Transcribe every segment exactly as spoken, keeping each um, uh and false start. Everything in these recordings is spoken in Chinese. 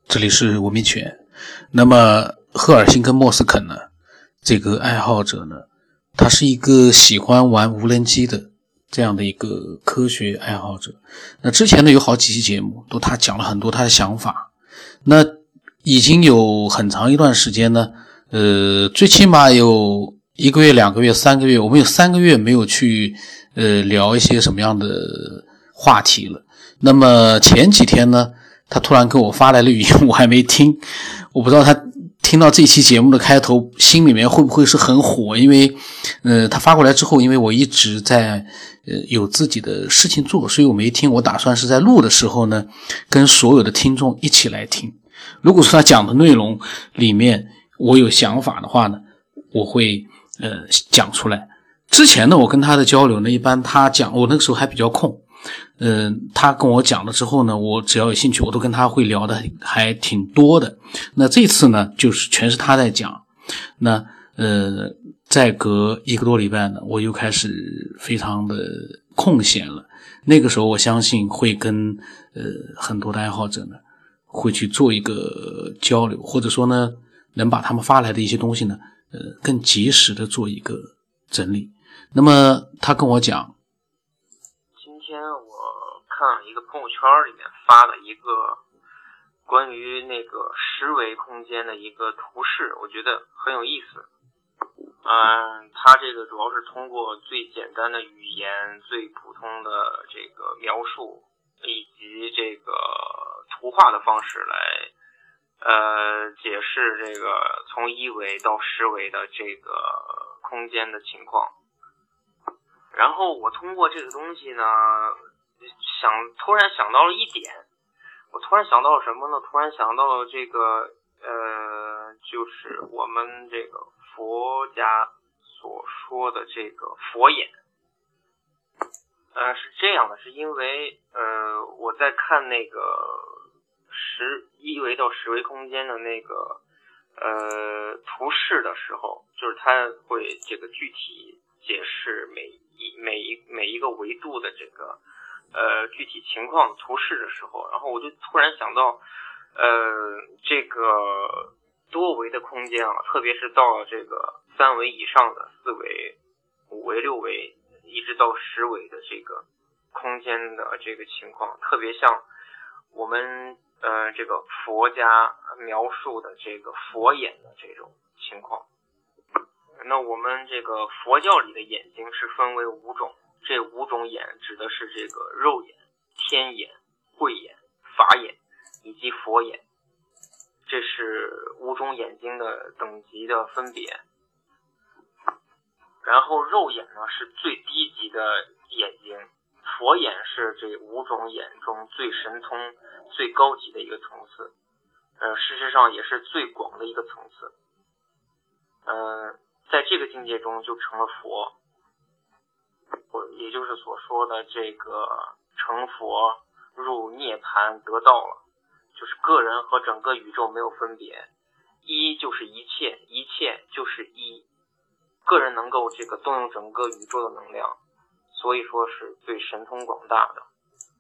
这里是文明犬。那么赫尔辛跟莫斯肯呢，这个爱好者呢，他是一个喜欢玩无人机的这样的一个科学爱好者。那之前呢有好几期节目都他讲了很多他的想法。那已经有很长一段时间呢，呃，最起码有一个月、两个月、三个月，我们有三个月没有去呃聊一些什么样的话题了。那么前几天呢，他突然给我发来了语音，我还没听，我不知道他听到这期节目的开头心里面会不会是很火，因为呃他发过来之后，因为我一直在呃有自己的事情做，所以我没听，我打算是在录的时候呢跟所有的听众一起来听。如果说他讲的内容里面我有想法的话呢，我会呃讲出来。之前呢我跟他的交流呢，一般他讲，我那个时候还比较空，嗯、呃，他跟我讲了之后呢，我只要有兴趣我都跟他会聊的还挺多的。那这次呢就是全是他在讲。那呃再隔一个多礼拜呢，我又开始非常的空闲了。那个时候我相信会跟呃很多的爱好者呢会去做一个交流，或者说呢能把他们发来的一些东西呢呃更及时的做一个整理。那么他跟我讲， 今天我看了一个朋友圈里面发了一个关于那个十维空间的一个图示，我觉得很有意思。嗯，它这个主要是通过最简单的语言、最普通的这个描述以及这个图画的方式来呃解释这个从一维到十维的这个空间的情况。然后我通过这个东西呢，想突然想到了一点，我突然想到了什么呢？突然想到了这个呃，就是我们这个佛家所说的这个佛眼。呃，是这样的，是因为呃我在看那个十一维到十维空间的那个呃图示的时候，就是它会这个具体解释每一每一每一个维度的这个呃具体情况图示的时候，然后我就突然想到呃这个多维的空间啊，特别是到了这个三维以上的四维、五维、六维一直到十维的这个空间的这个情况，特别像我们呃这个佛家描述的这个佛眼的这种情况。那我们这个佛教里的眼睛是分为五种，这五种眼指的是这个肉眼、天眼、慧眼、法眼以及佛眼，这是五种眼睛的等级的分别。然后肉眼呢是最低级的眼睛，佛眼是这五种眼中最神通、最高级的一个层次，呃，事实上也是最广的一个层次。嗯、呃，在这个境界中就成了佛，也就是所说的这个成佛入涅槃得道了，就是个人和整个宇宙没有分别，一就是一切，一切就是一，个人能够这个动用整个宇宙的能量，所以说是最神通广大的。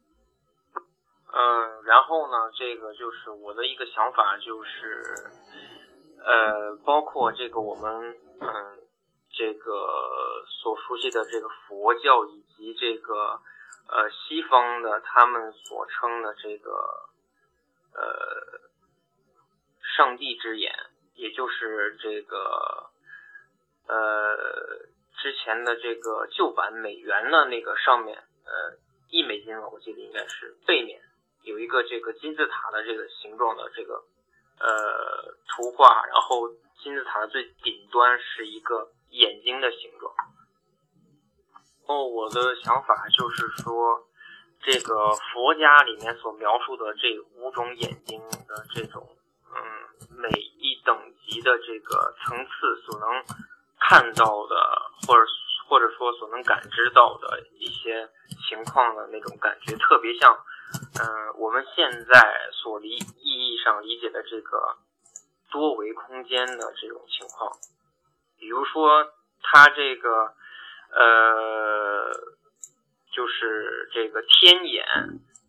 嗯，然后呢，这个就是我的一个想法，就是呃，包括这个我们嗯这个所熟悉的这个佛教以及这个呃西方的他们所称的这个呃上帝之眼，也就是这个呃之前的这个旧版美元的那个上面呃一美金了，我记得应该是背面有一个这个金字塔的这个形状的这个呃图画，然后金字塔的最顶端是一个眼睛的形状。哦，我的想法就是说，这个佛家里面所描述的这五种眼睛的这种嗯每一等级的这个层次所能看到的，或者或者说所能感知到的一些情况的那种感觉，特别像嗯、呃、我们现在所理意义上理解的这个多维空间的这种情况。比如说它这个呃就是这个天眼，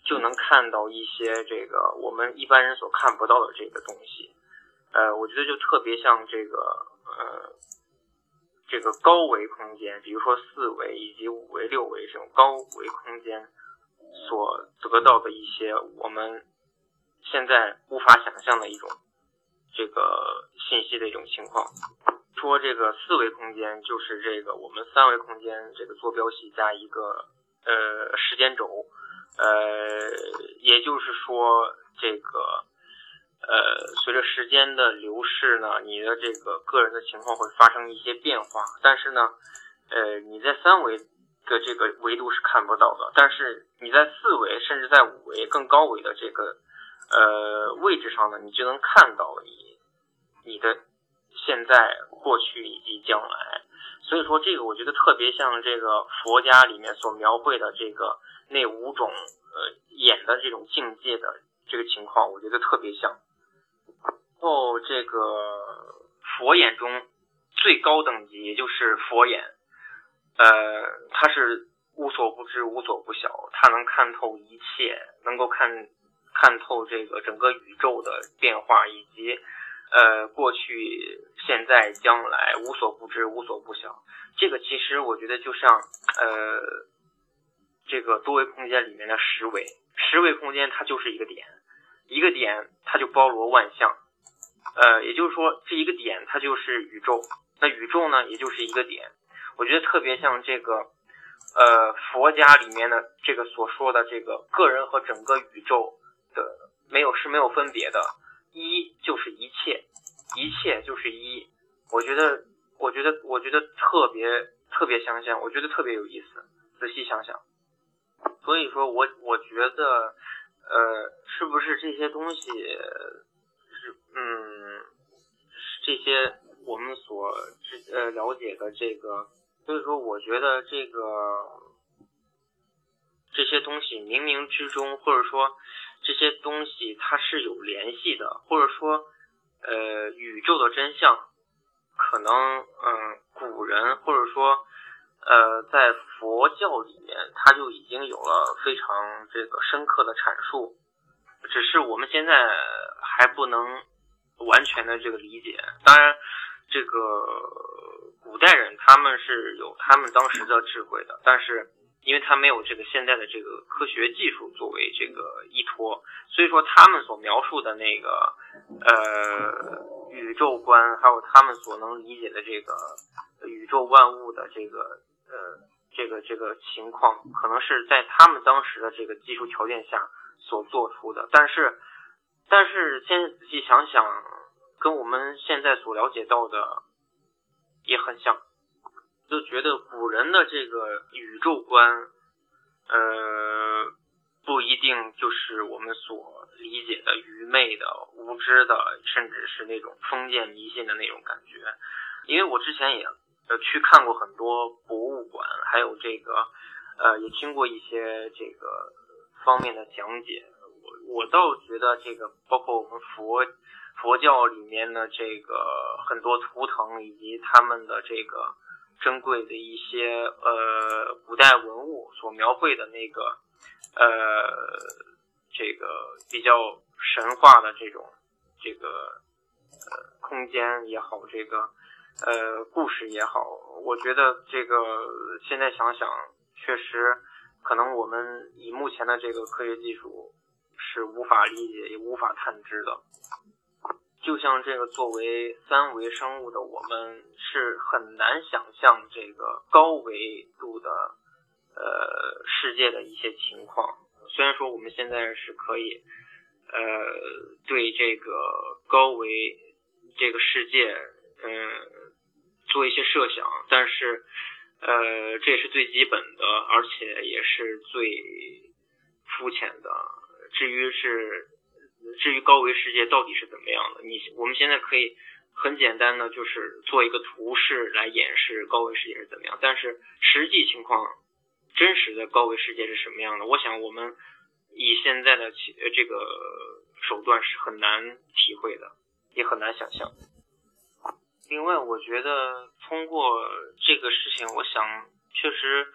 就能看到一些这个我们一般人所看不到的这个东西。呃，我觉得就特别像这个呃这个高维空间，比如说四维以及五维、六维这种高维空间所得到的一些我们现在无法想象的一种这个信息的一种情况。说这个四维空间就是这个我们三维空间这个坐标系加一个呃时间轴，呃也就是说这个呃随着时间的流逝呢，你的这个个人的情况会发生一些变化，但是呢呃你在三维的这个维度是看不到的，但是你在四维甚至在五维更高维的这个呃位置上呢，你就能看到你你的现在、过去以及将来。所以说这个我觉得特别像这个佛家里面所描绘的这个那五种呃眼的这种境界的这个情况，我觉得特别像。然后这个佛眼中最高等级也就是佛眼，呃它是无所不知无所不晓，它能看透一切，能够看看透这个整个宇宙的变化以及呃，过去、现在、将来，无所不知，无所不晓。这个其实我觉得就像呃，这个多维空间里面的十维，十维空间它就是一个点，一个点它就包罗万象。呃，也就是说，这一个点它就是宇宙，那宇宙呢，也就是一个点。我觉得特别像这个呃佛家里面的这个所说的这个个人和整个宇宙的没有是没有分别的。一就是一切，一切就是一。我觉得，我觉得，我觉得特别特别相像，我觉得特别有意思。仔细想想，所以说我我觉得，呃，是不是这些东西是嗯，这些我们所呃了解的这个，所以说我觉得这个这些东西冥冥之中，或者说这些东西它是有联系的，或者说呃宇宙的真相可能嗯古人或者说呃在佛教里面它就已经有了非常这个深刻的阐述，只是我们现在还不能完全的这个理解。当然这个古代人他们是有他们当时的智慧的，但是因为他没有这个现在的这个科学技术作为这个依托，所以说他们所描述的那个呃宇宙观，还有他们所能理解的这个宇宙万物的这个呃这个这个情况，可能是在他们当时的这个技术条件下所做出的。但是但是现在仔细想想，跟我们现在所了解到的也很像。就觉得古人的这个宇宙观呃不一定就是我们所理解的愚昧的、无知的，甚至是那种封建迷信的那种感觉。因为我之前也呃去看过很多博物馆，还有这个呃也听过一些这个方面的讲解。我我倒觉得这个包括我们佛佛教里面的这个很多图腾以及他们的这个珍贵的一些呃古代文物所描绘的那个呃这个比较神话的这种这个呃空间也好，这个呃故事也好，我觉得这个现在想想确实可能我们以目前的这个科学技术是无法理解也无法探知的。就像这个作为三维生物的我们是很难想象这个高维度的呃世界的一些情况。虽然说我们现在是可以呃对这个高维这个世界嗯、呃、做一些设想，但是呃这也是最基本的，而且也是最肤浅的。至于是至于高维世界到底是怎么样的，你我们现在可以很简单的就是做一个图示来演示高维世界是怎么样，但是实际情况真实的高维世界是什么样的，我想我们以现在的这个手段是很难体会的，也很难想象。另外我觉得通过这个事情，我想确实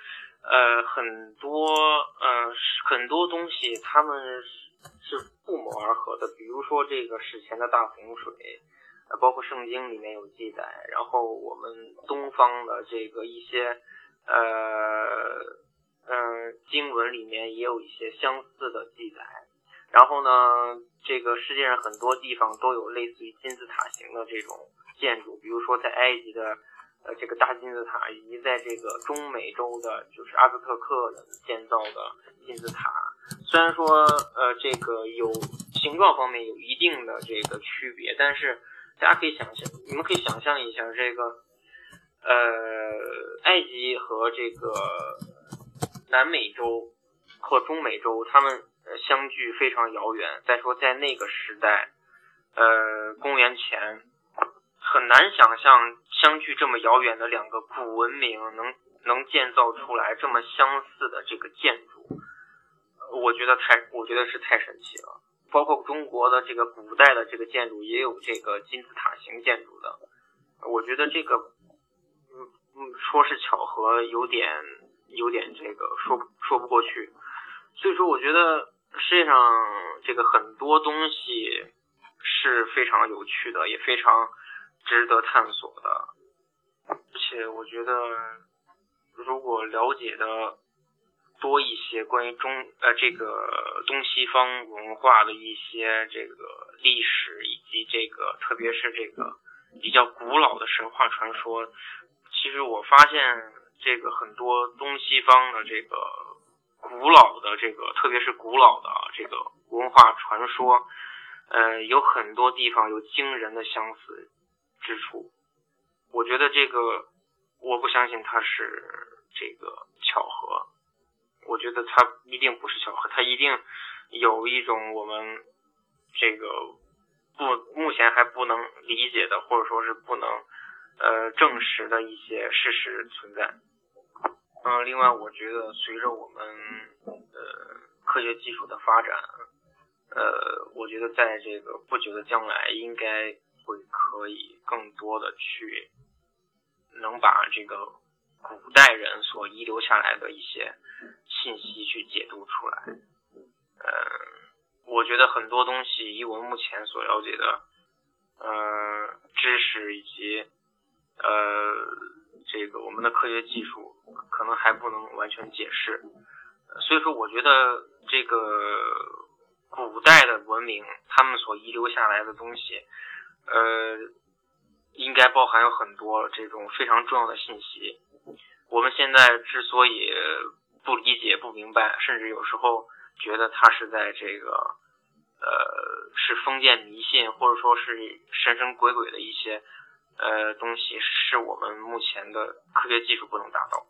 呃，很多呃很多东西他们是不谋而合的，比如说这个史前的大洪水，呃，包括圣经里面有记载，然后我们东方的这个一些呃嗯、呃、经文里面也有一些相似的记载。然后呢，这个世界上很多地方都有类似于金字塔型的这种建筑，比如说在埃及的呃这个大金字塔，以及在这个中美洲的就是阿兹特克人建造的金字塔。虽然说呃这个有形状方面有一定的这个区别，但是大家可以想象，你们可以想象一下这个呃埃及和这个南美洲和中美洲他们相距非常遥远。再说在那个时代呃公元前很难想象相距这么遥远的两个古文明能能建造出来这么相似的这个建筑，我觉得太我觉得是太神奇了。包括中国的这个古代的这个建筑也有这个金字塔型建筑的，我觉得这个嗯嗯说是巧合有点有点这个说说不过去。所以说我觉得世界上这个很多东西是非常有趣的，也非常值得探索的。而且我觉得如果了解的多一些关于中呃这个东西方文化的一些这个历史，以及这个特别是这个比较古老的神话传说，其实我发现这个很多东西方的这个古老的这个特别是古老的这个文化传说呃有很多地方有惊人的相似之处。我觉得这个我不相信它是这个巧合，我觉得它一定不是巧合，它一定有一种我们这个不目前还不能理解的，或者说是不能呃证实的一些事实存在。嗯、呃，另外我觉得随着我们呃科学技术的发展，呃，我觉得在这个不久的将来应该会可以更多的去能把这个古代人所遗留下来的一些信息去解读出来。呃，我觉得很多东西以我们目前所了解的呃知识以及呃这个我们的科学技术可能还不能完全解释。所以说我觉得这个古代的文明他们所遗留下来的东西呃应该包含有很多这种非常重要的信息。我们现在之所以不理解不明白，甚至有时候觉得它是在这个呃是封建迷信，或者说是神神鬼鬼的一些呃东西，是我们目前的科学技术不能达到。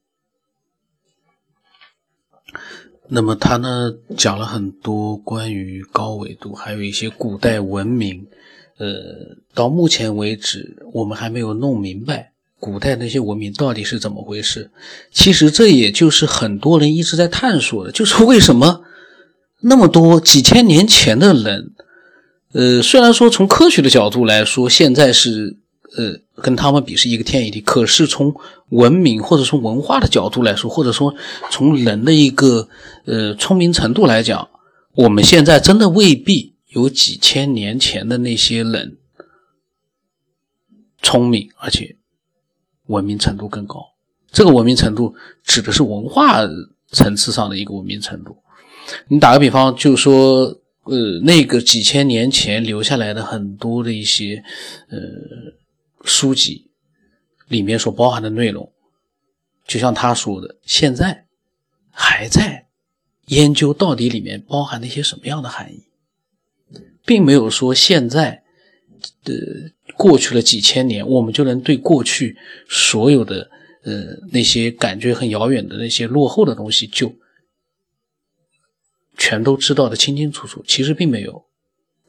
那么他呢讲了很多关于高纬度还有一些古代文明，呃，到目前为止我们还没有弄明白古代那些文明到底是怎么回事。其实这也就是很多人一直在探索的，就是为什么那么多几千年前的人，呃，虽然说从科学的角度来说现在是呃跟他们比是一个天一地，可是从文明或者从文化的角度来说，或者说从人的一个呃聪明程度来讲，我们现在真的未必有几千年前的那些人聪明，而且文明程度更高。这个文明程度指的是文化层次上的一个文明程度。你打个比方，就说呃那个几千年前留下来的很多的一些呃书籍里面所包含的内容，就像他说的，现在还在研究到底里面包含了一些什么样的含义，并没有说现在呃过去了几千年我们就能对过去所有的呃那些感觉很遥远的那些落后的东西就全都知道的清清楚楚，其实并没有。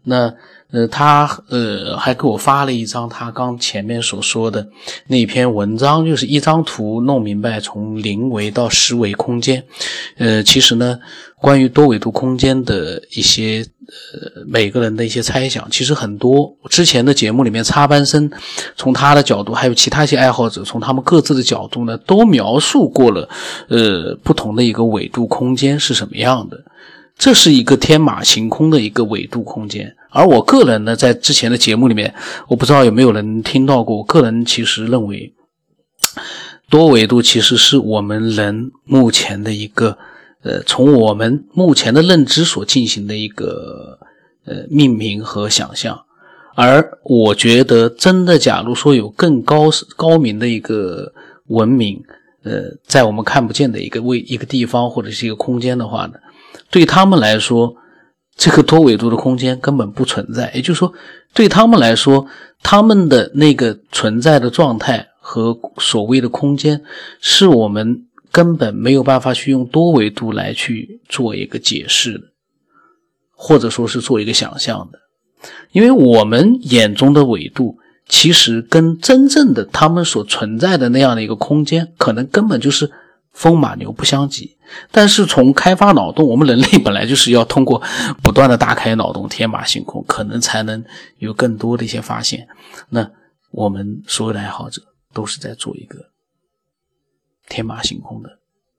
那呃，他呃还给我发了一张他刚前面所说的那篇文章，就是一张图弄明白从零维到十维空间。呃，其实呢，关于多维度空间的一些呃每个人的一些猜想，其实很多之前的节目里面，插班生从他的角度，还有其他一些爱好者从他们各自的角度呢，都描述过了呃不同的一个维度空间是什么样的。这是一个天马行空的一个维度空间，而我个人呢，在之前的节目里面，我不知道有没有人听到过，我个人其实认为多维度其实是我们人目前的一个呃，从我们目前的认知所进行的一个呃命名和想象。而我觉得真的假如说有更高高明的一个文明呃，在我们看不见的一个位一个地方或者是一个空间的话呢，对他们来说这个多维度的空间根本不存在。也就是说对他们来说，他们的那个存在的状态和所谓的空间是我们根本没有办法去用多维度来去做一个解释的，或者说是做一个想象的。因为我们眼中的维度其实跟真正的他们所存在的那样的一个空间可能根本就是风马牛不相及。但是从开发脑洞，我们人类本来就是要通过不断的打开脑洞，天马行空，可能才能有更多的一些发现。那我们所有的爱好者都是在做一个天马行空的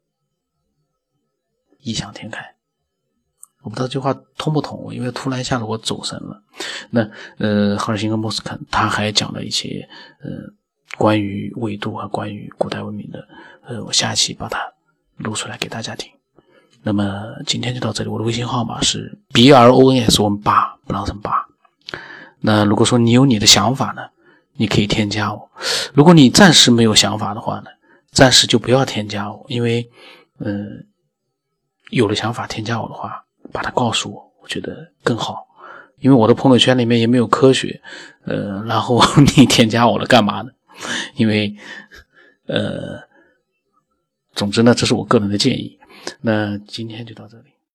异想天开。我不知道这句话通不通，因为突然一下子我走神了。那呃，赫尔辛跟莫斯肯他还讲了一些呃关于纬度和关于古代文明的，呃，我下期把它录出来给大家听。那么今天就到这里，我的微信号码是 B R O N S 我们八不让成八。那如果说你有你的想法呢，你可以添加我。如果你暂时没有想法的话呢，暂时就不要添加我，因为呃有了想法添加我的话，把它告诉我，我觉得更好。因为我的朋友圈里面也没有科学，呃，然后你添加我了干嘛呢？因为呃总之呢，这是我个人的建议。那今天就到这里。